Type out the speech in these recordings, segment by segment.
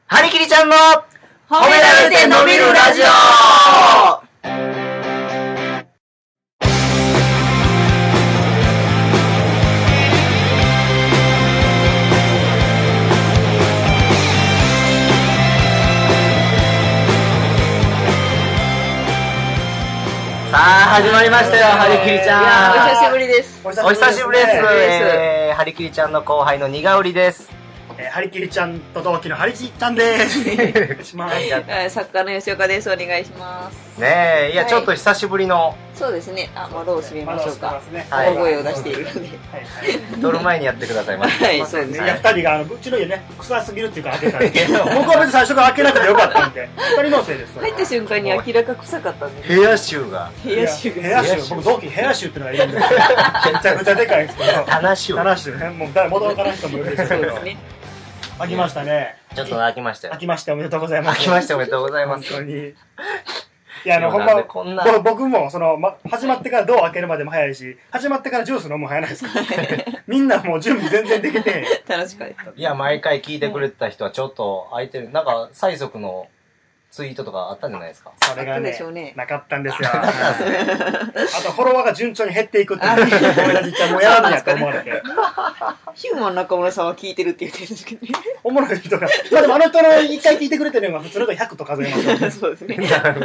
はりきりちゃんの褒められて伸びるラジオ。 さあ始まりましたよ、はりきりちゃん。 いやお久しぶりです。 お久しぶりです。はりきりちゃんの後輩のにがうりです。 はりきりちゃんと同期のはりきちゃんです。お願いします。 作家の吉岡です。お願いします。 ねえ、いや、ちょっと久しぶりの。 そうですね。窓を閉めましょうか。 大声を出しているので。 撮る前にやってくださいませ。 はい、そうですね。いや、二人がうちの家ね、臭すぎるっていうか開けたんで。僕は別に最初から開けなくてよかったんで、二人のせいです。 入った瞬間に明らか臭かったんで。 ヘア臭が。 ヘア臭。僕同期ヘア臭ってのがいるんですよ。めちゃくちゃでかいんですけど。 棚臭。 棚臭ね。もう元わからん人もいるでしょうけど。開きましたね。 ちょっと開きましたよ。 開きましておめでとうございます。 開きましておめでとうございます。 本当に。いや、ほんま、僕も、始まってからドア開けるまでも早いし、始まってからジュース飲むも早ないですか。みんなもう準備全然できて。 楽しかった。 いや、毎回聞いてくれてた人はちょっと空いてる。なんか、催促のツイートとかあったんじゃないですか。 それがね、なかったんですよ。あと、フォロワーが順調に減っていくっていう。ごめんなさい、もうやらんやと思われて。 ヒューマン中村さんは聞いてるって言ってるんですけどね。 おもろい人が。まあでもあの人の一回聞いてくれてるのが普通の人100と数えましょう。 そうですね。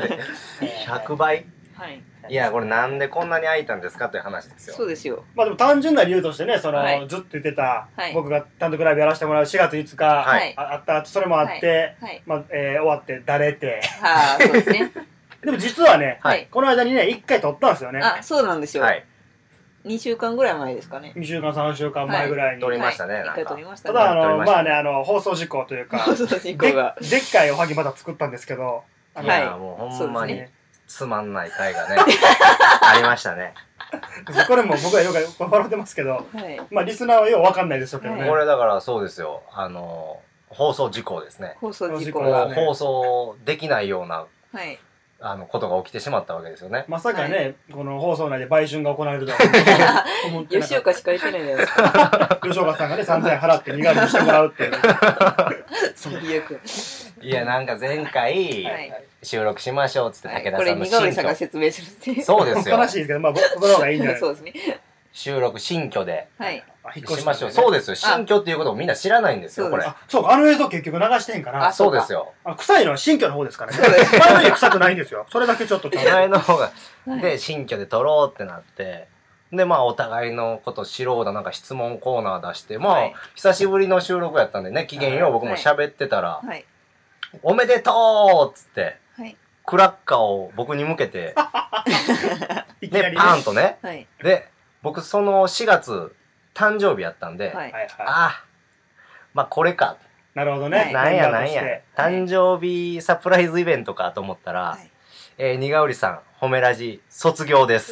100倍。 はい。 いや、これなんでこんなに空いたんですかという話ですよ。 そうですよ。 まあでも単純な理由としてね、ずっと言ってた、僕が単独ライブやらせてもらう4月5日、あった、それもあって、まあ、終わって、だれて。 はあ、そうですね。 でも実はね、この間にね、1回撮ったんですよね。 あ、そうなんですよ。2週間ぐらい前ですかね。 2週間、3週間前ぐらいに。 撮りましたね。 1回撮りましたね。 ただ、まあね、放送事故というか、 放送事故が。 でっかいおはぎまだ作ったんですけど、 いや、もうほんまに。つまんない回がね、ありましたね。 これも僕はよく笑ってますけど、まあリスナーはようわかんないでしょうけどね。 これだからそうですよ、放送事故ですね。 放送事故。 放送できないような、ことが起きてしまったわけですよね。 まさかね、この放送内で売春が行われるとは思って吉岡しか言ってないじゃないですか。 吉岡さんがね、3000円払って身軽にしてもらうっていう。 最悪。 いや、なんか前回、収録しましょうっつって武田さんの新居。 これ、にがうりさんが説明するって。 そうですよ。 悲しいですけど、まあ僕の方がいいんじゃないそうですね。 収録、新居で。 引っ越しましょう。そうですよ。新居っていうことをみんな知らないんですよ、これ。 そうか、あの映像結局流してへんから。 そうですよ。 臭いのは新居の方ですからね。前の家臭くないんですよ。それだけちょっと。 前の方が。で、新居で撮ろうってなって。で、まあ、お互いのこと知ろうだ、なんか質問コーナー出して、まあ、久しぶりの収録やったんでね、機嫌よう僕も喋ってたら、おめでとうっつって、クラッカーを僕に向けて、で、パーンとね。で、僕その4月、誕生日やったんで、まあこれか。 なるほどね。 なんや。誕生日サプライズイベントかと思ったら、にがうりさん、褒めラジ、卒業です。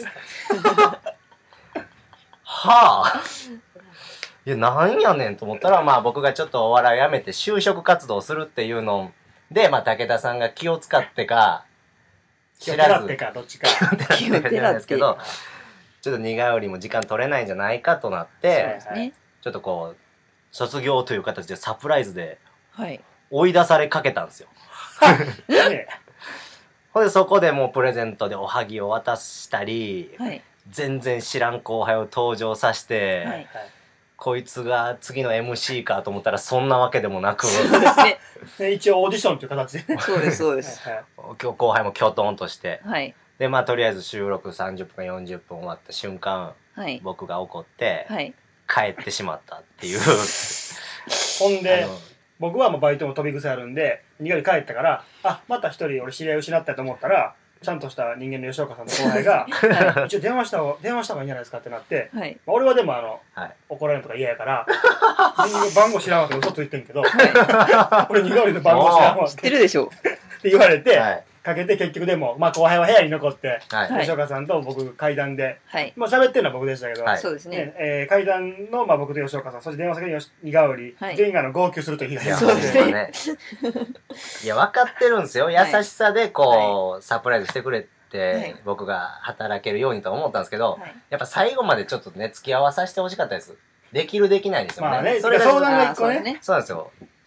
はあ。いや、なんやねんと思ったら、まあ僕がちょっとお笑いやめて就職活動するっていうので、まあ武田さんが気を使ってか、 知らず。気を使ってか、どっちか。 気を使ってなんですけど、ちょっとにがうりも時間取れないんじゃないかとなって、ちょっとこう、卒業という形でサプライズで、追い出されかけたんですよ。ほんでそこでもうプレゼントでおはぎを渡したり、全然知らん後輩を登場させて、こいつが次の MC かと思ったらそんなわけでもなく、 一応オーディションという形で。 そうです、そうです。 後輩もきょとんとして、で、まあ、とりあえず収録30分、40分終わった瞬間、僕が怒って、帰ってしまったっていう。 ほんで、僕はもうバイトも飛び癖あるんで、にがり帰ったから、また一人俺知り合い失ったと思ったら、ちゃんとした人間の吉岡さんの後輩が、一応電話した方がいいんじゃないですかってなって、俺はでも怒られるとか嫌やから、番号知らんわけで嘘ついてんけど、俺にがりの番号知らんわって。 知ってるでしょって言われて、かけて結局でも、まあ後輩は部屋に残って、吉岡さんと僕階段で、まあ喋ってるのは僕でしたけど、 そうですね。 階段のまあ僕と吉岡さん、そして電話先ににがうり、全員が号泣するという日がそうですね。 いや、分かってるんですよ。優しさでこう、サプライズしてくれて、僕が働けるようにと思ったんですけど、やっぱ最後までちょっとね、付き合わさせてほしかったです。できるできないですよね。 まあね、それ相談が一個ね。 そうなんですよ。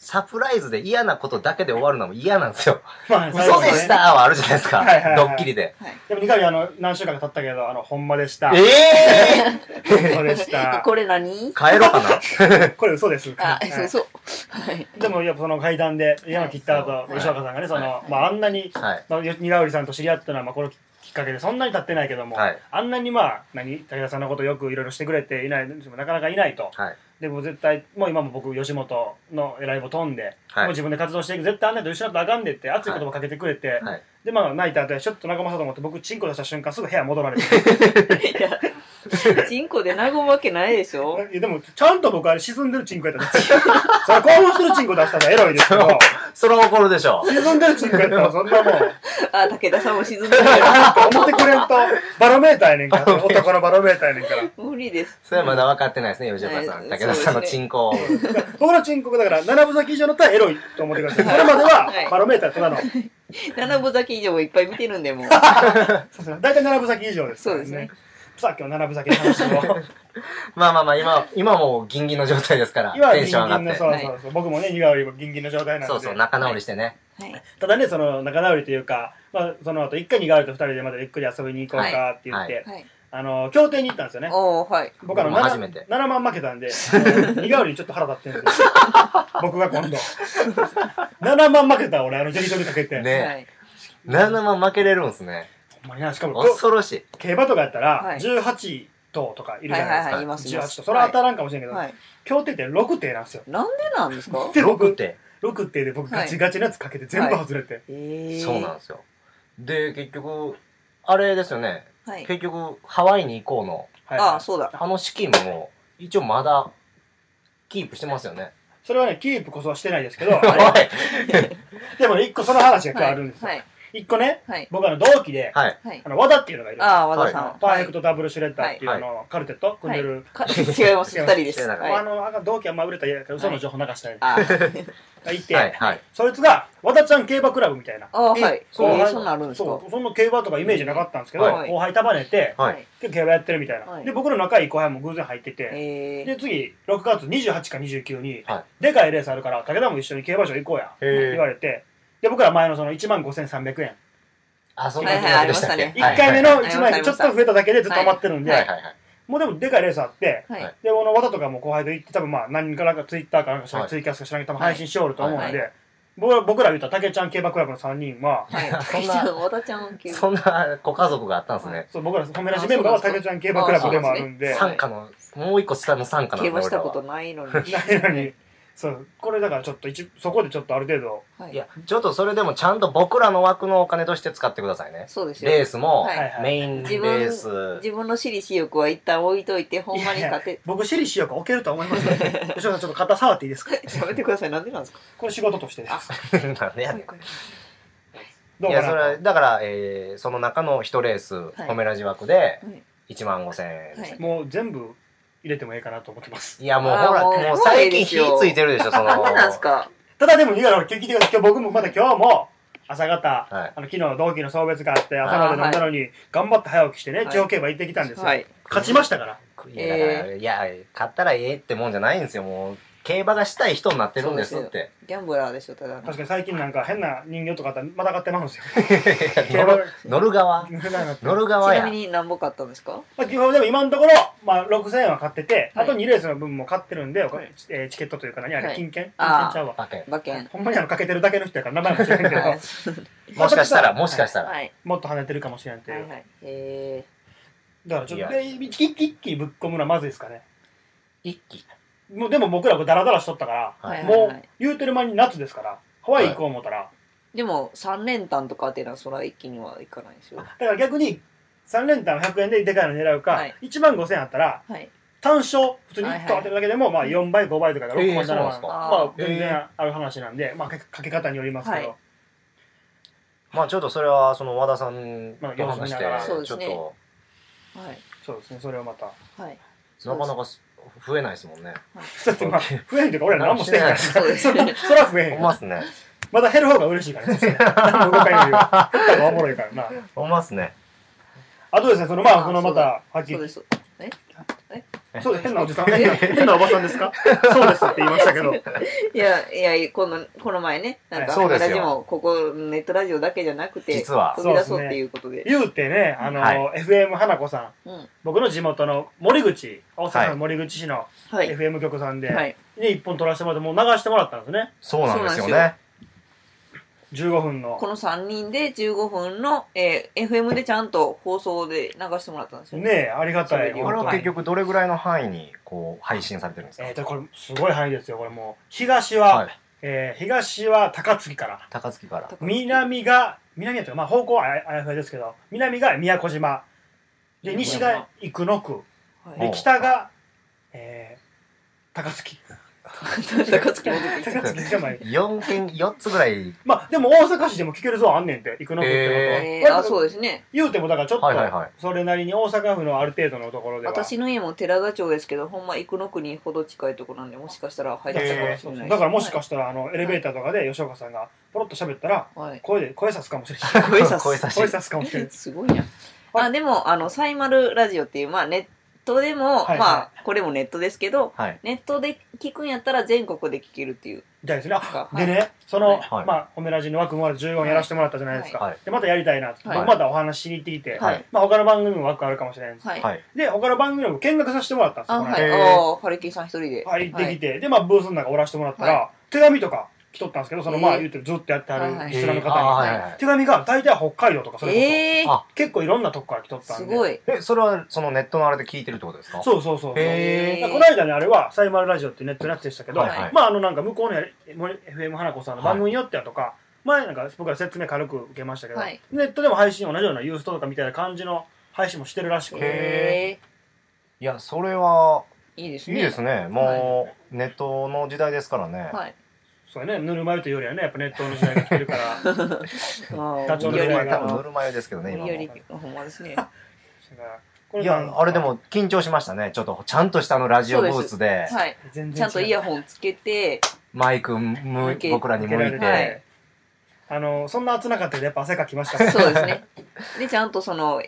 サプライズで嫌なことだけで終わるのも嫌なんですよ。 まあ嘘でしたはあるじゃないですか。ドッキリで。 でも2回何週間か経ったけど、ほんまでした。嘘でした。 これ何帰ろうかなこれ嘘です。 あ、嘘。はい。 でも、やっぱその階段で、山切った後、吉岡さんがね、まあ、あんなに、似顔絵さんと知り合ったのは、まあ、このきっかけで、そんなに経ってないけども、あんなにまあ、武田さんのことよくいろいろしてくれていない、なかなかいないと。でも絶対、もう今も僕、吉本のライブを飛んで、もう自分で活動していく、絶対あんなと一緒だとあかんでって、熱い言葉かけてくれて、で、まあ、泣いた後で、ちょっと和まそうと思って、僕、チンコ出した瞬間、すぐ部屋戻られて。 チンコで和むわけないでしょ。 いや、でも、ちゃんと僕、あれ沈んでるチンコやったんですよ。それ、興奮してるチンコ出したらエロいですけど、 それは怒るでしょ。 沈んでるチンコやったら、そんなもん。 あ、武田さんも沈んでる。 思ってくれんと、バロメーターやねんから、男のバロメーターやねんから。 無理です。 それはまだ分かってないですね、吉岡さん。武田さんのチンコ。 僕のチンコだから、7分咲き以上のったらエロいと思ってください。それまでは、バロメーターただの。 7分咲き以上もいっぱい見てるんで、もう。 大体7分咲き以上です。 そうですね。 さあ今日7分咲きの話を。 まあまあまあ、今もギンギンの状態ですから、テンション上がって。 そう。僕もね、似顔絵もギンギンの状態なんで。 そう、仲直りしてね。 ただね、その仲直りというか、まあ、その後、一回似顔絵と2人でまたゆっくり遊びに行こうかって言って、競艇に行ったんですよね。僕7万負けたんで、似顔絵にちょっと腹立ってるんですよ。僕が今度。7万負けた俺、ジェリトルかけて。 ね。7万負けれるんすね。 ほんまにな、しかも、 恐ろしい。 競馬とかやったら、18頭とかいるじゃないですか。18頭。それは当たらんかもしれんけど、競艇って6艇なんですよ。 なんでなんですか ?6 艇。 6艇で僕ガチガチのやつかけて全部外れて。 そうなんですよ。で、結局、あれですよね。結局、ハワイに行こうの。 ああ、そうだ。 あの資金も、一応まだ、キープしてますよね。 それはね、キープこそはしてないですけど、でもね、一個その話が今日あるんですよ。一個ね、僕同期で、和田っていうのがいる。 ああ、和田さん。 パーフェクトダブルシュレッダーっていうカルテット組んでる。 違います、二人です。 同期はまあ売れたら嘘の情報流したり。いて、そいつが、和田ちゃん競馬クラブみたいな。 ああ、はい。そんなあるんですか。 そんな競馬とかイメージなかったんですけど、後輩束ねて、結構競馬やってるみたいな。で、僕の仲いい後輩も偶然入ってて、で、次、6月28か29に、でかいレースあるから、武田も一緒に競馬場行こうや。って言われて、で、僕ら前のその15,300円。 あ、そうなんでしたね。 1回目の1万円でちょっと増えただけでずっと余ってるんで、もうでもでかいレースあって、で、和田とかも後輩と行って、多分まあ何人かなんかツイッターかなんかツイキャスか知らんけど、多分配信しよると思うんで、僕ら言ったたけちゃん競馬クラブの3人は、 そんなご家族があったんですね。 そう、僕ら褒めなしメンバーはたけちゃん競馬クラブでもあるんで、 傘下の、もう一個下の傘下の。 競馬したことないのに。 ないのに。そう、これだからちょっとそこでちょっとある程度。 いや、ちょっとそれでもちゃんと僕らの枠のお金として使ってくださいね。 そうですよ。 レースも、メインレース。 自分の私利私欲は一旦置いといて、ほんまに勝て。 僕私利私欲置けると思いますよ。吉岡さんちょっと肩触っていいですか？ やめてください。なんでなんですか？ これ仕事としてです。 なんでやねん。 どうかな？いや、 それ、だから、その中の1レース、褒めラジ枠で、15,000円でした。 もう全部、入れてもいいかなと思ってます。 いや、もうほら、もう最近火ついてるでしょ、その。 何なんすか？ ただでも、聞いてください。僕もまだ今日も、朝方、昨日同期の送別があって、朝まで飲んだのに、頑張って早起きしてね、地方競馬行ってきたんですよ。勝ちましたから。 いや、勝ったらええってもんじゃないんですよ、もう。競馬がしたい人になってるんですって。 ギャンブラーでしょ、ただ。 確かに最近なんか変な人形とかあったらまた買ってまうんですよ。 乗る側や。 ちなみに何本買ったんですか？ 基本でも今のところ、まあ6,000円は買ってて、あと2レースの分も買ってるんで、チケットというか何あれ、金券ちゃうわ。 馬券。 ほんまにかけてるだけの人やから名前も知らんけど。 もしかしたら。 もっと跳ねてるかもしれんっていう。だからちょっと、一気にぶっ込むのはまずいですかね。 一気もうでも僕らダラダラしとったから、もう言うてる間に夏ですから、ハワイ行こう思ったら。 でも3連単とかっていうのはそれは一気にはいかないですよ。 だから逆に3連単100円ででかいの狙うか、15,000円あったら、単勝、普通に1個当てるだけでも、まあ4倍、5倍とかが6万、7万。まあ全然ある話なんで、まあかけ方によりますけど。 まあちょっとそれは、その和田さんと話して、ちょっと。 そうですね、それはまた。 なかなか増えないですもんね。 だってまあ、増えんというか俺ら何もしてへんから。 そうですね。 そら増えへん。 ほんまっすね。 まだ減る方が嬉しいからね。何も動かんよりは。減った方がおもろいからな。 ほんまっすね。 あとですね、また、はっきり。 そうです、変なおじさん、変なおばさんですか？そうですって言いましたけど。 いや、この前ね、なんか、ラジオも、ここ、ネットラジオだけじゃなくて、 実は飛び出そうっていうことで。 言うてね、FM 花子さん、僕の地元の大阪の森口市の FM 局さんで、一本撮らせてもらって、もう流してもらったんですね。 そうなんですよね。 15分の。 この3人で15分の、FM でちゃんと放送で流してもらったんですよね。ねえ、ありがたい。 これは結局どれぐらいの範囲にこう配信されてるんですか？ これすごい範囲ですよ。これもう、東は高槻から。 高槻から。 南やというか、方向はあやふやですけど、南が宮古島。で、西が生野区。で、北が、高槻。 高槻も出てきた。 4つぐらい。 まあ、でも大阪市でも聞けるゾーンあんねんて、生野区ってことは。 あ、そうですね。 言うても、だからちょっと、それなりに大阪府のある程度のところでは。 私の家も寺田町ですけど、ほんま生野区にほど近いところなんで、もしかしたら入ってたかもしれない。 だからもしかしたら、エレベーターとかで吉岡さんがポロッと喋ったら、声さすかもしれない。声さすかもしれない。 すごいな。でも、サイマルラジオっていう、まあ、ネットでも、これもネットですけど、ネットで聞くんやったら全国で聞けるっていう。 みたいですね。でね、褒めラジの枠もある15やらせてもらったじゃないですか。で、またやりたいなって、またお話しに行ってきて、他の番組も枠あるかもしれないんです。で、他の番組も見学させてもらったんですよ。 ハリキーさん一人で。 入ってきて、で、ブースの中おらしてもらったら、手紙とか、来とったんですけど、言うてるずっとやってあるリスナーの方に、手紙が大体北海道とかそれこそ、結構いろんなとこから来とったんで。 すごい。 それはそのネットのあれで聞いてるってことですか？ そう。この間にあれは、サイマルラジオってネットのやつでしたけど、なんか向こうのFM 花子さんの番組によってはとか、前なんか僕ら説明軽く受けましたけど、ネットでも配信同じようなユーストとかみたいな感じの配信もしてるらしくて。 いや、それは、 いいですね。 いいですね。もう、ネットの時代ですからね。 そうね、ぬるま湯というよりはね、やっぱネットの時代が来てるから。 ダチョウの時代多分ぬるま湯ですけどね、今も。 ほんまですね。 いや、あれでも緊張しましたね。ちょっと、ちゃんとしたラジオブースで。 ちゃんとイヤホンつけて、 マイク僕らに向いて。 そんな暑なかったけど、やっぱ汗かきましたね。 そうですね。で、ちゃんと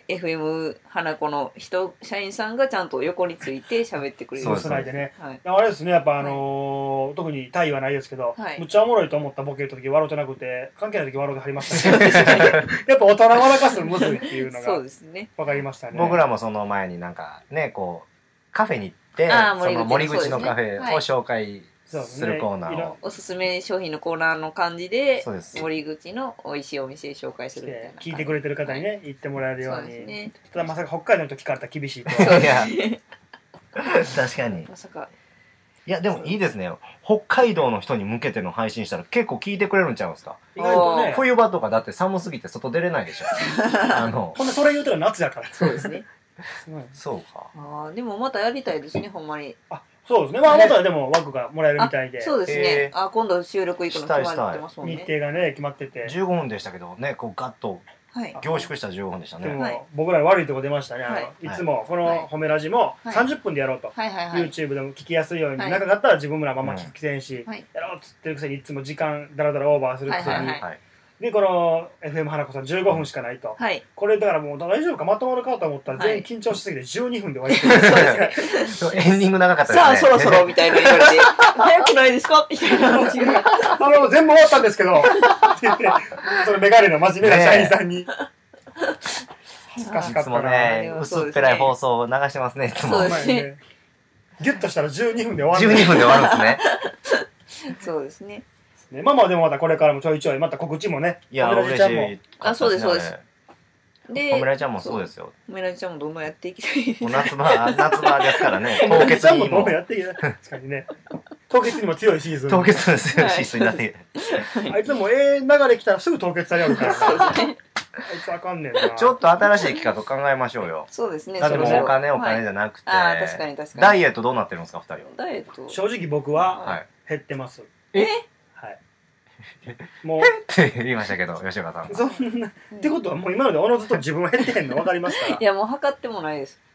FM 花子の社員さんがちゃんと横について喋ってくれる。 そうでね。あれですね、やっぱ特にタイはないですけど、むっちゃおもろいと思ったボケ言った時笑ってなくて、関係ない時笑ってはりましたね。やっぱ大人笑かすのむずいっていうのが、わかりましたね。 僕らもその前になんかね、こう、カフェに行って、その森口のカフェを紹介するコーナーを。 おすすめ商品のコーナーの感じで、森口の美味しいお店紹介するみたいな。 聞いてくれてる方にね、行ってもらえるように。ただまさか北海道のと聞かれたら厳しいとは。 いや、確かに。 まさか。 いや、でもいいですね。北海道の人に向けての配信したら結構聞いてくれるんちゃうんですか？ 意外とね。 冬場とかだって寒すぎて外出れないでしょ。 ほんでそれ言うたら夏やから。 そうですね。 そうか。 でもまたやりたいですね、ほんまに。 そうですね。またでも枠がもらえるみたいで。 そうですね。今度収録行くの決まってますもんね。 日程がね、決まってて。 15分でしたけどね、こうガッと凝縮した15分でしたね。 でも僕ら悪いとこ出ましたね。いつもこの褒めラジも30分でやろうと。YouTube でも聞きやすいように、長かったら自分らまま聞くせんし、やろうっつってるくせにいつも時間だらだらオーバーするくせに。で、この FM 花子さん15分しかないと。これだからもう大丈夫かまとまるかと思ったら全員緊張しすぎて12分で終わりそうエンディング長かったですね。 さあ、そろそろみたいな言われて、早くないですかみたいな話が。 全部終わったんですけど、って言って、そのメガネの真面目な社員さんに。恥ずかしかったな。 ね、薄っぺらい放送を流してますね、いつも。 そうですね。 ギュッとしたら12分で終わる。 12分で終わるんですね。そうですね。 まあでもまたこれからもちょいちょい、また告知もね。 いや、嬉しい。 そうです、そうです。 で、褒められちゃんもそうですよ。 褒められちゃんもどんどんやっていきたい。 夏場ですからね。 凍結にも。どんどんやっていきたい。確かにね。凍結にも強いシーズン。 凍結に強いシーズンになっている。 あいつも流れ来たらすぐ凍結されるから。あいつあかんねんな。 ちょっと新しい企画考えましょうよ。 そうですね。 だってもうお金じゃなくて。 確かに。 ダイエットどうなってるんですか、2人は。 ダイエット正直僕は減ってます。はい。 もうって言いましたけど、吉岡さん。 そんなってことはもう今までおのずと自分は減ってへんの分かりますから。 いやもう測ってもないです。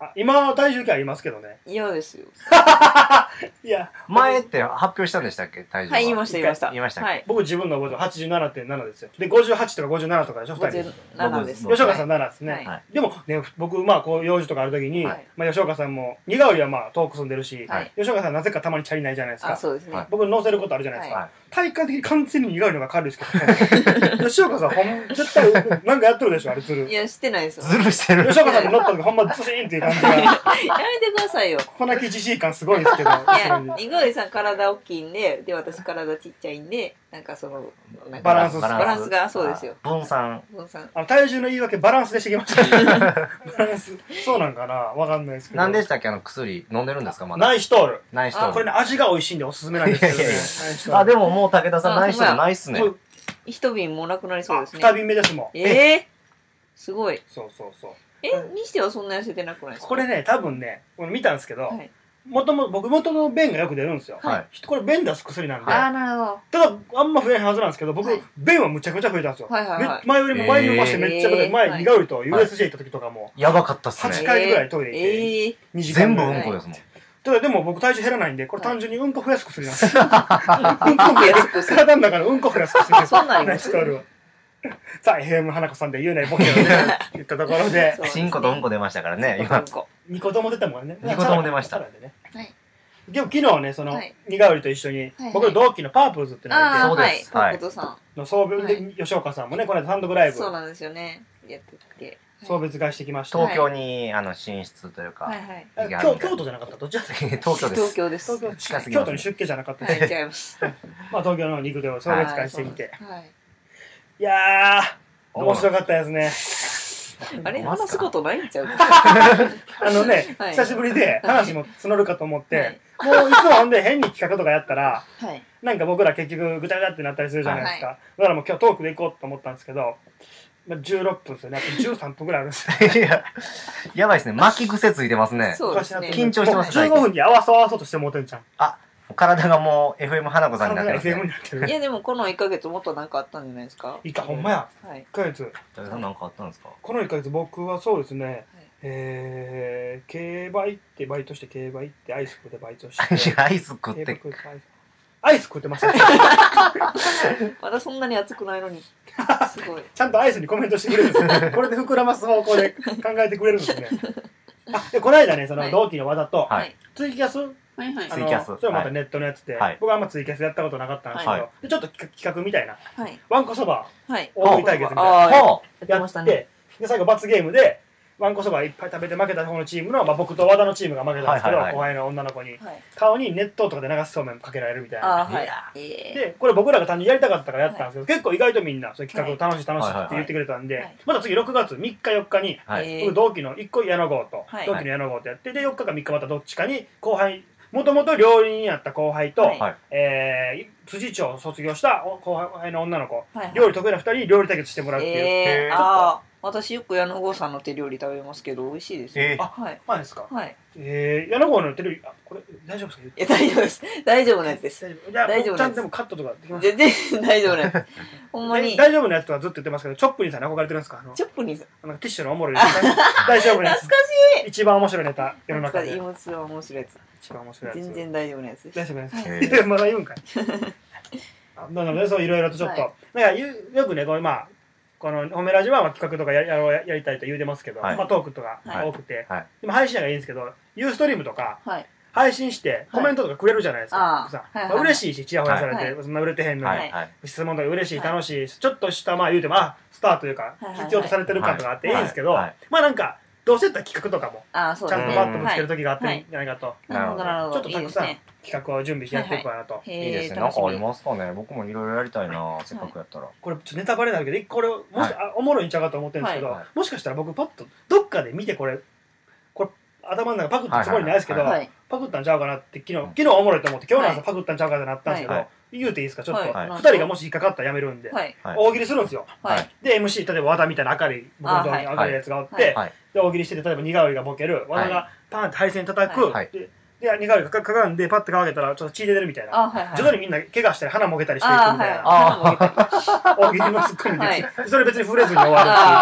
今体重計ありますけどね。 嫌ですよ。 いや、 前って発表したんでしたっけ、体重は。 はい、言いました。 言いましたっけ。 僕自分の覚えて 87.7 ですよ。で、58とか57とかでしょ、2人。 57です。 吉岡さん7ですね。でもね、僕、こう、用事とかあるときに、吉岡さんも、似顔絵は遠く住んでるし、吉岡さんなぜかたまにチャリないじゃないですか。 そうですね。 僕乗せることあるじゃないですか。体感的に完全に似顔絵の方が軽いですけど、吉岡さん絶対なんかやってるでしょ、あれずる。 いや、してないですよ。 ずるしてる。 吉岡さんに乗った時ほんまズシーンっていう感じが。 やめてくださいよ。 粉木じじい感すごいですけど。いや、似顔絵さん体大きいんで、私体ちっちゃいんで、なんかバランスがそうですよ。 分散。 体重の言い訳バランスでしてきました。バランス。そうなんかなわかんないですけど。 何でしたっけ、薬飲んでるんですか、まだ。 ナイストール。 ナイストール。 これね、味が美味しいんでおすすめなんですよね。 でももう武田さんナイストールないっすね。 一瓶もうなくなりそうですね。 二瓶目ですもん。 すごい。 そう。 にしてはそんな痩せてなくないですか？ これね、多分ね、見たんですけど、僕元の便がよく出るんですよ。これ便出す薬なんで。 なるほど。 ただ、あんま増えへんはずなんですけど、僕、便はむちゃくちゃ増えたんですよ。前よりも前にましてめっちゃ増えて、前、似顔絵と USJ 行った時とかも、 やばかったっすね。 8回ぐらいトイレ行って、2時間。 全部うんこですもん。 ただでも僕体重減らないんで、これ単純にうんこ増やす薬なんですよ。うんこ増やす薬。体の中のうんこ増やす薬です。 そんなんあります？ さあ、FM 花子さんで言うね、ボケをね、言ったところで。 チンコとうんこ出ましたからね、今。 2個とも出たもんね。 2個とも出ました。 でも昨日ね、似顔絵と一緒に、僕の同期のパープルズってのがいて、 そうです。 パープルさん。 の送別で、吉岡さんもね、この間単独ライブ。 そうなんですよね。やってて。 送別会してきました。 東京に進出というか。 京都じゃなかったどっちだったっけ？ 東京です。 東京です。 京都に出家じゃなかったです。 違います。 東京の肉で送別会してきて。いやー、面白かったですね。 あれ話すことないんちゃう？ 久しぶりで話も募るかと思って、もういつもほんで変に企画とかやったら、なんか僕ら結局ぐちゃぐちゃってなったりするじゃないですか。だからもう今日トークで行こうと思ったんですけど、16分ですよね。あと13分ぐらいあるんですよ。 やばいですね。巻き癖ついてますね。緊張してます。 15分に合わそうとしてもうてんじゃん。 体がもう FM 花子さんになってる。 いやでもこの1ヶ月もっとなんかあったんじゃないですか？ ほんまや。1ヶ月。 なんかあったんですか？ この1ヶ月僕はそうですね、競馬行ってバイトして、競馬行ってアイス食ってバイトして。 アイス食って。 アイス食ってますね。 まだそんなに熱くないのに。すごい。 ちゃんとアイスにコメントしてくれるんですね。これで膨らます方向で考えてくれるんですね。この間ね、同期の和田と、ツイキャスそれまたネットのやつで、僕はあんまツイキャスやったことなかったんですけど、ちょっと企画みたいな、わんこそば大食い対決みたいなやって、最後罰ゲームで、わんこそばいっぱい食べて負けた方のチームの、僕と和田のチームが負けたんですけど、後輩の女の子に、顔に熱湯とかで流しそうめんかけられるみたいな。で、これ僕らが単純にやりたかったからやったんですけど、結構意外とみんな、そういう企画楽しいって言ってくれたんで、また次6月3日4日に、僕同期の1個矢野郷と、同期の矢野郷とやって、で、4日か3日またどっちかに後輩、もともと料理人やった後輩と、辻町を卒業した後輩の女の子、料理得意な2人に料理対決してもらうっていう。 私よく矢野郷さんの手料理食べますけど美味しいですよ。 マジですか？矢野郷の手料理、これ大丈夫ですか？ 大丈夫です。大丈夫なやつです。 大丈夫なやつ。ちゃんとでもカットとかできます？ 全然大丈夫なやつ。ほんまに。 大丈夫なやつとかずっと言ってますけど、チョップリンさんに憧れてるんですか？ チョップリンさん。 ティッシュのおもろいやつ。大丈夫なやつ。 懐かしい。 一番面白いネタ、世の中で。 一番面白いやつ。 一番面白いやつ。 全然大丈夫なやつです。 大丈夫なやつ。まだ言うんかい。なので、そういろいろとちょっと、よくね、この褒めラジは企画とかやりたいと言うてますけど、トークとか多くて、でも配信がいいんですけど、ユーストリームとか、配信してコメントとかくれるじゃないですか。嬉しいし、チヤホヤされて、そんな売れてへんのに、質問とか嬉しい、楽しい、ちょっとした言うても、スターというか、必要とされてる感とかあっていいんですけど、なんか、どうせやったら企画とかも、ちゃんとバッとぶつける時があっていいんじゃないかと。 なるほど、なるほど。 ちょっとたくさん企画を準備してやっていこうかなと。 いいですね。なんかありますかね。僕もいろいろやりたいな、せっかくやったら。 これちょっとネタバレなんだけど、これ、おもろいんちゃうかと思ってるんですけど、もしかしたら僕パッと、どっかで見てこれ、頭の中パクったつもりないですけど、パクったんちゃうかなって、昨日おもろいと思って、今日の朝パクったんちゃうかってなったんですけど、言うていいですか、ちょっと。2人がもし引っかかったらやめるんで、大喜利するんですよ。で、MC、例えば和田みたいな明るい、僕の動画に明るいやつがおって、で、大喜利してて、例えば似顔絵がボケる、和田がパーンって配線叩く、で、似顔絵がかがんで、パッてかけたら、ちょっと血出てるみたいな。徐々にみんな怪我したり、鼻もげたりしていくみたいな。大喜利のツッコミで。それ別に触れずに終わるっていう。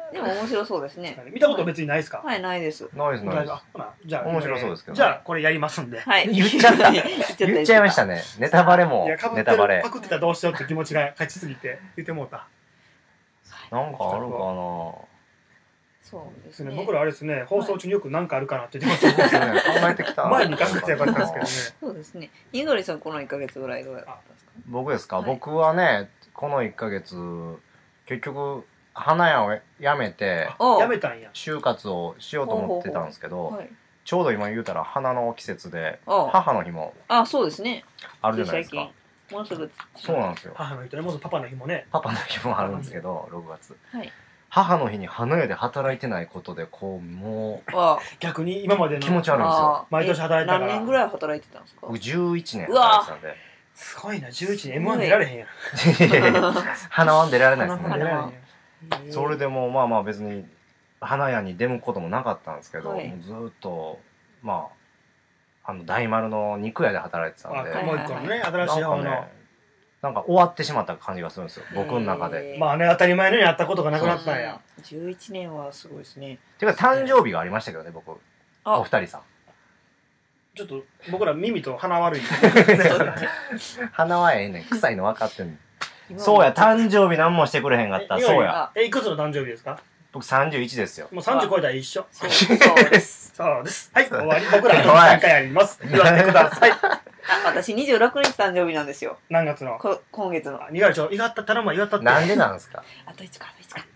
でも面白そうですね。 見たこと別にないですか？ はい、ないです。 ないですないです。 じゃあ面白そうですけど。 じゃあこれやりますんで。 はい。 言っちゃった。言っちゃいましたね。ネタバレもネタバレ。 パクってたらどうしようって気持ちが勝ちすぎて言ってもうた。 なんかあるかな。 そうですね。 僕らあれですね、放送中によくなんかあるかなって言ってましたね。 考えてきた。 前に考えてよかったんですけどね。 そうですね。にどりさんこの1ヶ月ぐらいどうやったんですか？ 僕ですか？僕はね、この1ヶ月結局花屋を辞めて、 辞めたんや。 就活をしようと思ってたんですけど、ちょうど今言うたら花の季節で、母の日もそうですね。 あるじゃないですか。 もうすぐ。 そうなんですよ。 母の日とね、もうパパの日もね。 パパの日もあるんですけど、6月。母の日に花屋で働いてないことで、もう、 逆に今までの気持ち悪いんですよ。 毎年働いてたから。 何年ぐらい働いてたんですか？ 僕11年働いてたんで。 すごいな、11年。M1 出られへんやん。 花は出られないですね。 それでもまあまあ別に花屋に出向くこともなかったんですけど、もうずっとまあ大丸の肉屋で働いてたんで、 もう一個のね、新しい方のなんか終わってしまった感じがするんですよ、僕の中で。 まあね、当たり前のようにやったことがなくなったんや。 11年はすごいですね。 ていうか誕生日がありましたけどね、僕。お二人さん。 ちょっと僕ら耳と鼻悪い。 鼻はええねん、臭いの分かってんねん。そうや、誕生日何もしてくれへんかった。そうや。 いくつの誕生日ですか？ 僕31ですよ。 もう30超えたら一緒。 そうです。 そうです。はい、終わり。僕らあと3回あります。言わせてください。 私26日誕生日なんですよ。 何月の？ 今月の。 意外と祝った頼むわ、祝ったって。 なんでなんですか？ あと5日、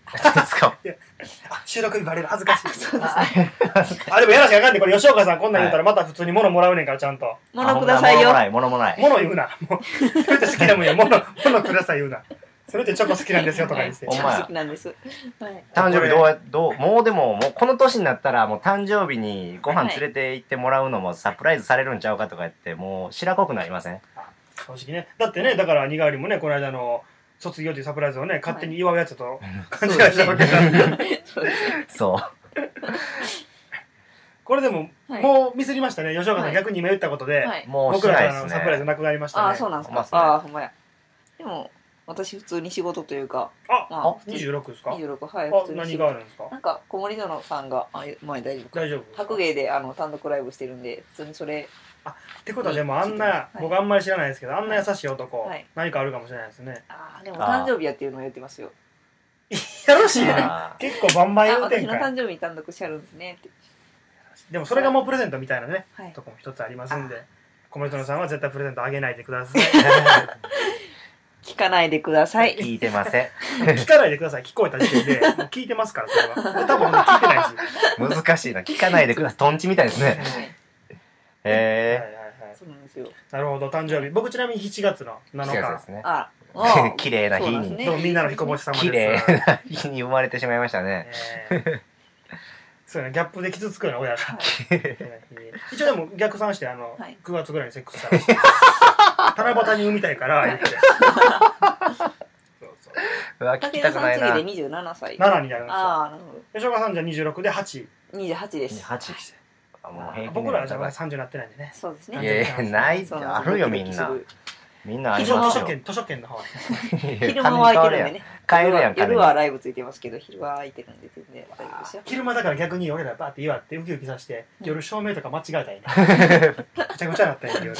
収録日バレる、恥ずかしい。そうですね。でもやらしゃあかんねん。これ吉岡さんこんなん言うたらまた普通に物もらうねんから、ちゃんと。 物くださいよ。 物もない。 物言うな。もう、それって好きなもんや。物ください言うな。それってチョコ好きなんですよとか言って。 チョコ好きなんです。 誕生日もうでも、この年になったらもう誕生日にご飯連れて行ってもらうのもサプライズされるんちゃうかとか言って、もう白濃くなりません？ 正直ね。だってね、だからにがわりもね、この間の卒業というサプライズをね、勝手に祝うやつと勘違いしたわけなんで。 そう。 これでも、もうミスりましたね。吉岡さん逆に今言ったことで、僕らからのサプライズなくなりましたね。 あ、そうなんですか。ほんまや。でも、私普通に仕事というか。 26ですか ？26、はい。 何があるんですか？ なんか、小森園さんが、前大丈夫か。 大丈夫。 白芸で単独ライブしてるんで、普通にそれ。 ってことはでも僕あんまり知らないですけど、あんな優しい男、何かあるかもしれないですね。 でも誕生日やっていうのを言ってますよ。 よろしいね。結構バンバン言うてんかい。 私の誕生日に単独してあるんですねって。 でもそれがもうプレゼントみたいなね、とこも一つありますんで、小森園さんは絶対プレゼントあげないでください。 聞かないでください。 聞いてません。 聞かないでください。聞こえた時点で、もう聞いてますから、それは。多分聞いてないし。難しいな。聞かないでください。トンチみたいですね。 そうなんですよ。 なるほど、誕生日。僕ちなみに7月の7日。 7月ですね。綺麗な日に。 どうもみんなの彦星様です。 綺麗な日に生まれてしまいましたね。 そうやね、ギャップで傷つくような親が。一応でも逆算して9月ぐらいにセックスしたらしいです。七夕に産みたいから言って。 うわ、聞きたくないな。 武田さん次で27歳。 7になるんですよ。吉岡さんじゃ26で8。 28です。 28。 僕らはじゃあ30になってないんでね。 そうですね。 いや、ない、あるよみんな。みんなありますよ。 図書券の方は。 昼間は空いてるんでね。 帰るやん、 夜はライブついてますけど、昼は空いてるんで全然大丈夫ですよ。 昼間だから逆に俺らバーって祝ってウキウキさして、夜照明とか間違えたいね。ぐちゃぐちゃになったんや、夜。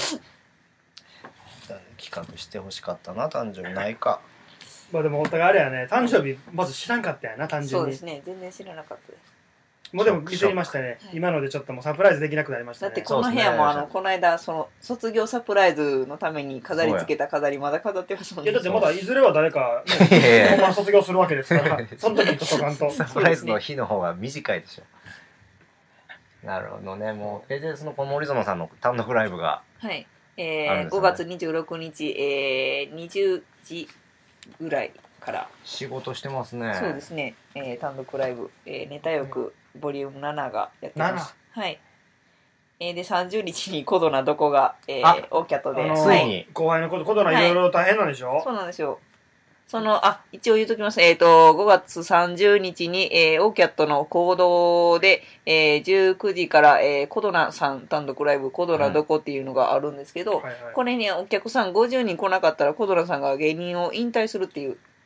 企画してほしかったな、誕生日ないか。 まあでもお互いあれやね、誕生日まず知らんかったやな、単純に。 そうですね、全然知らなかったです。 もうでも見せましたね。今のでちょっともうサプライズできなくなりましたね。 だってこの部屋もこの間卒業サプライズのために飾り付けた飾りまだ飾ってますもんね。 いやだってまだいずれは誰か本番卒業するわけですから、その時にととかんと。 サプライズの日の方が短いでしょ。なるほどね。もうでその小森園さんの単独ライブがはい5月26日20時ぐらいから仕事してますね。 そうですね。単独ライブネタ欲ボリューム7がやってます。はい。で30日にコドナどこがオーキャットでついに後輩のコドナいろいろ大変なんでしょ。 そうなんですよ。一応言うときます。5月30日にオーキャットの講堂で19時からコドナさん単独ライブコドナどこっていうのがあるんですけど、これにお客さん50人来なかったらコドナさんが芸人を引退するっていう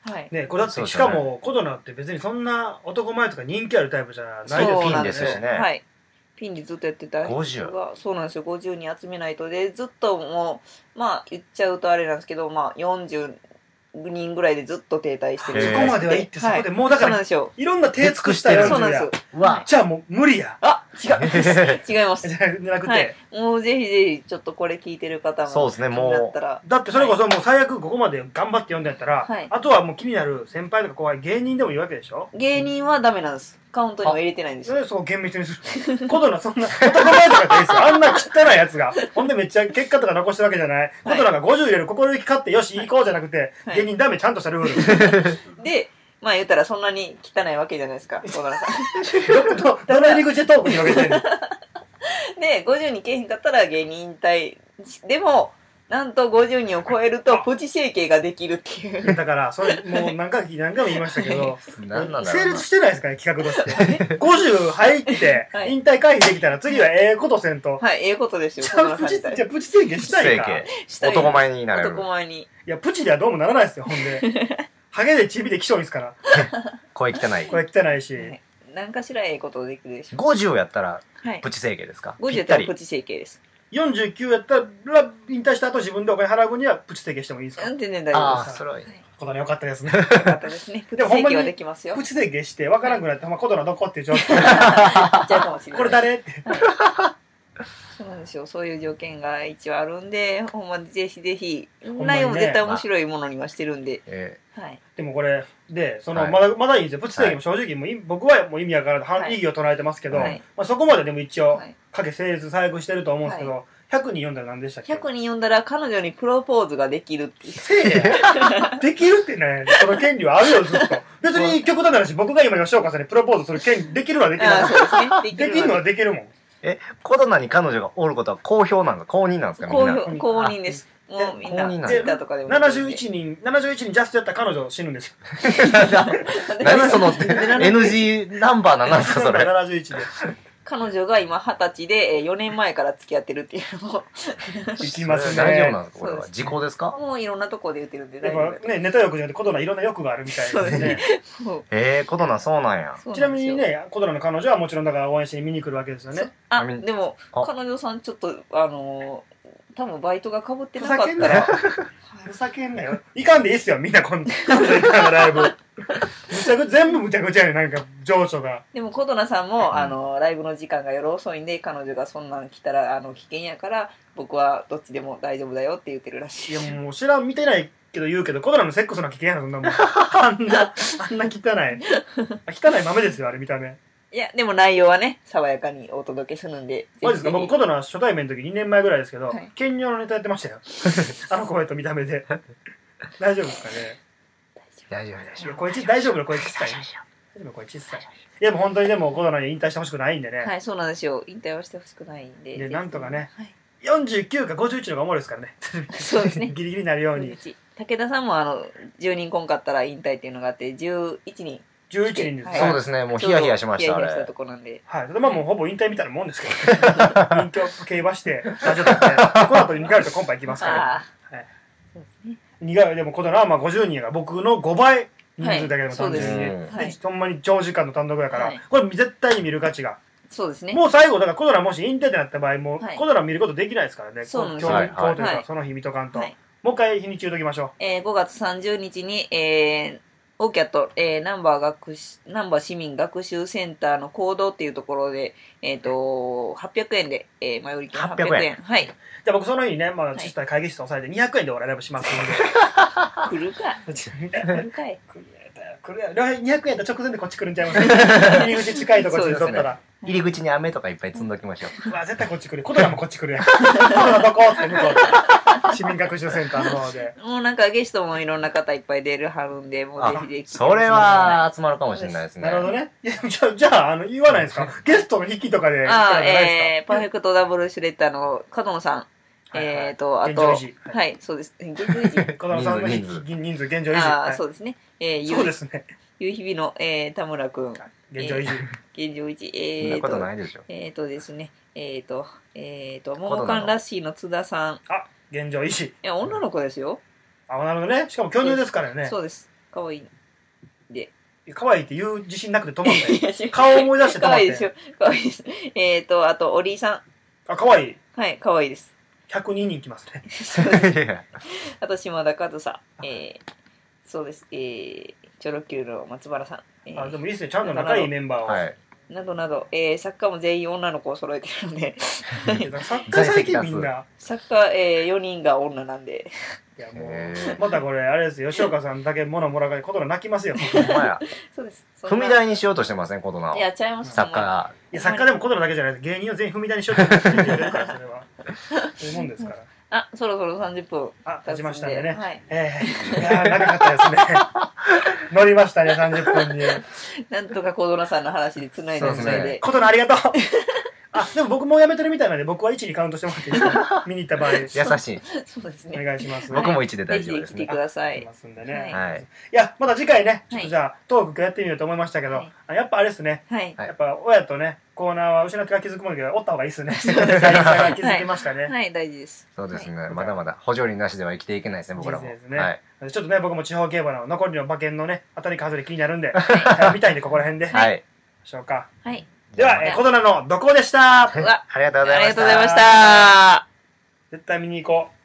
ね、これだってしかもコドナって別にそんな男前とか人気あるタイプじゃないですピンですしね。 はい。ピンでずっとやってた人が、そうなんですよ、50人集めないと。で、ずっともう、まあ言っちゃうとあれなんですけど、まあ40人ぐらいでずっっと停滞してる。 そこまでは行って、そこでもうだから、いろんな手尽くしたよ。そうなんです。 じゃあもう無理や。 あ、違います。 じゃなくて。 もうぜひぜひ、ちょっとこれ聞いてる方も。 そうですね、もう。だってそれこそもう最悪ここまで頑張って読んでやったら、あとはもう気になる先輩とか怖い芸人でもいいわけでしょ？ 芸人はダメなんです。カウントには入れてないんですよ。 そう厳密にする。コドナそんな、男前とかでいいですよ。あんな汚いやつが。ほんでめっちゃ結果とか残してるわけじゃない。コドナが50入れる心意気勝ってよし行こうじゃなくて、芸人ダメちゃんとしたルール。で、まあ言ったらそんなに汚いわけじゃないですか、コドナさん。どの入り口でトークに広げてんの？ で、50人けへんかったら芸人引退。でも、なんと50人を超えるとプチ整形ができるっていう。 だから、それもう何回も言いましたけど、成立してないですかね、企画として。50入って、引退回避できたら次はええことせんと。 はい、ええことですよ。 じゃあプチ整形したいか。 男前になれる。 男前に。 いや、プチではどうもならないですよ、ほんで。ハゲでチビできしょいですから。 声汚い。 声汚いし。 何かしらええことできるでしょ。 50やったら、プチ整形ですか ？50やったらプチ整形です。 49やったら、引退した後自分でお金払う分にはプチ整形してもいいですか？ 全然大丈夫です。 それはいい。 コドナよかったですね。 よかったですね。プチ整形はできますよ。 プチ整形して分からんくなって、コドナどこっていう状況。これ誰って。 そうなんですよ。そういう条件が一応あるんで、ほんまにぜひぜひ、内容も絶対面白いものにはしてるんで。 はい。でもこれ、で、まだいいんですよ。プチ整形も正直、僕はもう意味わからない、異議を唱えてますけど、そこまででも一応、影成立最悪してると思うんですけど、100人読んだら何でしたっけ？ 100 人読んだら彼女にプロポーズができるってできるってね、その権利はあるよ、ずっと。別に極端な話、僕が今吉岡さんにプロポーズする権利、できるのはできる。できるのはできるもん。 コドナに彼女がおることは公表なんですか？公認なんですか？みんな。 公認です。もうみんな、ツイッターとかでも。 71人ジャストやったら彼女死ぬんですよ。 何その NG ナンバーなんですか、それ。 71で。 彼女が今20歳で4年前から付き合ってるっていうのもいきますね。 大丈夫なんですか？これは時効ですか？ もういろんなところで言ってるんで大丈夫。ね、ネタ欲じゃなくてコドナいろんな欲があるみたいですね。 コドナそうなんや。 ちなみにね、コドナの彼女はもちろんだから応援しに見に来るわけですよね。 あ、でも彼女さんちょっと多分バイトが被ってなかったらふざけんなよ。いかんでいいっすよ、みんな今度ライブ。全部むちゃくちゃやね、なんか情緒が。 でもコドナさんもライブの時間が夜遅いんで、彼女がそんなん来たら危険やから、僕はどっちでも大丈夫だよって言ってるらしい。 いやもう知らん、見てないけど言うけど、コドナのセックスの危険やな、そんなもん。あんな汚い豆ですよ、あれ見た目。 いや、でも内容はね、爽やかにお届けするんで。 マジですか？僕、コドナ初対面の時2年前ぐらいですけど、兼用のネタやってましたよ。あの声と見た目で。大丈夫ですかね？ 大丈夫。 大丈夫の声小さい。いや、もう本当にでもコドナに引退してほしくないんでね。 はい、そうなんですよ。引退はしてほしくないんで。 で、なんとかね。49か51のがおもろいですからね。 そうですね。 ギリギリになるように。 武田さんも10人来んかったら引退っていうのがあって、11人。 11人です。 そうですね、もうヒヤヒヤしました。 ヒヤヒヤしたとこなんで。 はい。まあもうほぼ引退みたいなもんですけど。人気を競馬して、ラジオ撮って、この後2回とコンパ行きますから。はい。2回でもコドナはまあ50人やから僕の5倍人数だけでも単純に。ほんまに長時間の単独やから、これ絶対に見る価値が。 そうですね。 もう最後、だからコドナもし引退ってなった場合、もうコドナ見ることできないですからね。 そうなんですよ。今日というか、その日見とかんと。もう一回日にち言うときましょう。 5月30日に、オーキャット、ナンバー市民学習センターの講堂っていうところで、800円で、前売り券800円。はい。じゃあ僕その日にね、まあ小さい会議室を押さえて200円でおライブしますんで。 来るかい。 200円と直前でこっち来るんちゃいます入り口近いとこっちで撮ったら。 入り口に飴とかいっぱい積んどきましょう。 絶対こっち来る。コドナもこっち来るやん。コドナどこって向こう。市民学習センターの方で。 もうなんかゲストもいろんな方いっぱい出るはるんで、もうぜひぜひ。 それは集まるかもしれないですね。 なるほどね。じゃあ、言わないですか？ゲストの引きとかで。 パーフェクトダブルシュレッダーの角野さん。あと、はい、そうです。現状維持。 角野さんの人数、現状維持。 そうですね。 そうですね。 夕日々の田村くん。 現状維持。 現状維持。 そんなことないでしょ。 ですね。ももかんラッシーの津田さん。 現状維持。 いや、女の子ですよ。 なるほどね。しかも巨乳ですからね。 そうです。 可愛いで。 可愛いって言う自信なくて止まったよ。 いや顔思い出して止まって。 可愛いですよ。可愛いです。あと、おりさん。 あ、可愛い。 はい、可愛いです。 102人来ますね。 あと、島田和沙。そうです。チョロ Q の松原さん。 あ、でもいいですね。ちゃんと仲いいメンバーを。 はい。 などなど、作家も全員女の子を揃えてるので作家最近みんな作家、4人が女なんでいやもうまたこれあれですよ、吉岡さんだけ物もらうからことが泣きますよ。 ほんまや。 そうです。 踏み台にしようとしてません、ことな。 いや、ちゃいます。 作家。 いや、作家でもことだけじゃないです。芸人を全員踏み台にしようとして言ってるから、それは。そういうもんですから。 あ、そろそろ30分。 あ、経ちましたんでね。 はい。 いやー、長かったですね。乗りましたね、30分に。 なんとかコドナさんの話で繋いで繋いで。 コドナありがとう。あ、でも僕も辞めてるみたいなんで、僕は1にカウントしてもらっていいですか？見に行った場合。優しい。そうですね。 お願いします。 僕も1で大丈夫ですね。 ぜひ来てください。 ますんでね。 はい。 いや、また次回ね、ちょっとじゃあ、トークやってみようと思いましたけど、やっぱあれですね。 はい。 やっぱ親とね、コーナーは失ってから気づくもんだけど、おった方がいいですね。大事さが気づきましたね。 はい、大事です。 そうですね。まだまだ補助輪なしでは生きていけないですね、僕らも。 ですね。はい。ちょっとね、僕も地方競馬の残りの馬券のね、当たりか外れ気になるんで、見たいんで、ここら辺で。 はい。 しょうか。 はい。 では、コドナのどこでした。 ありがとうございました。 ありがとうございました。 絶対見に行こう。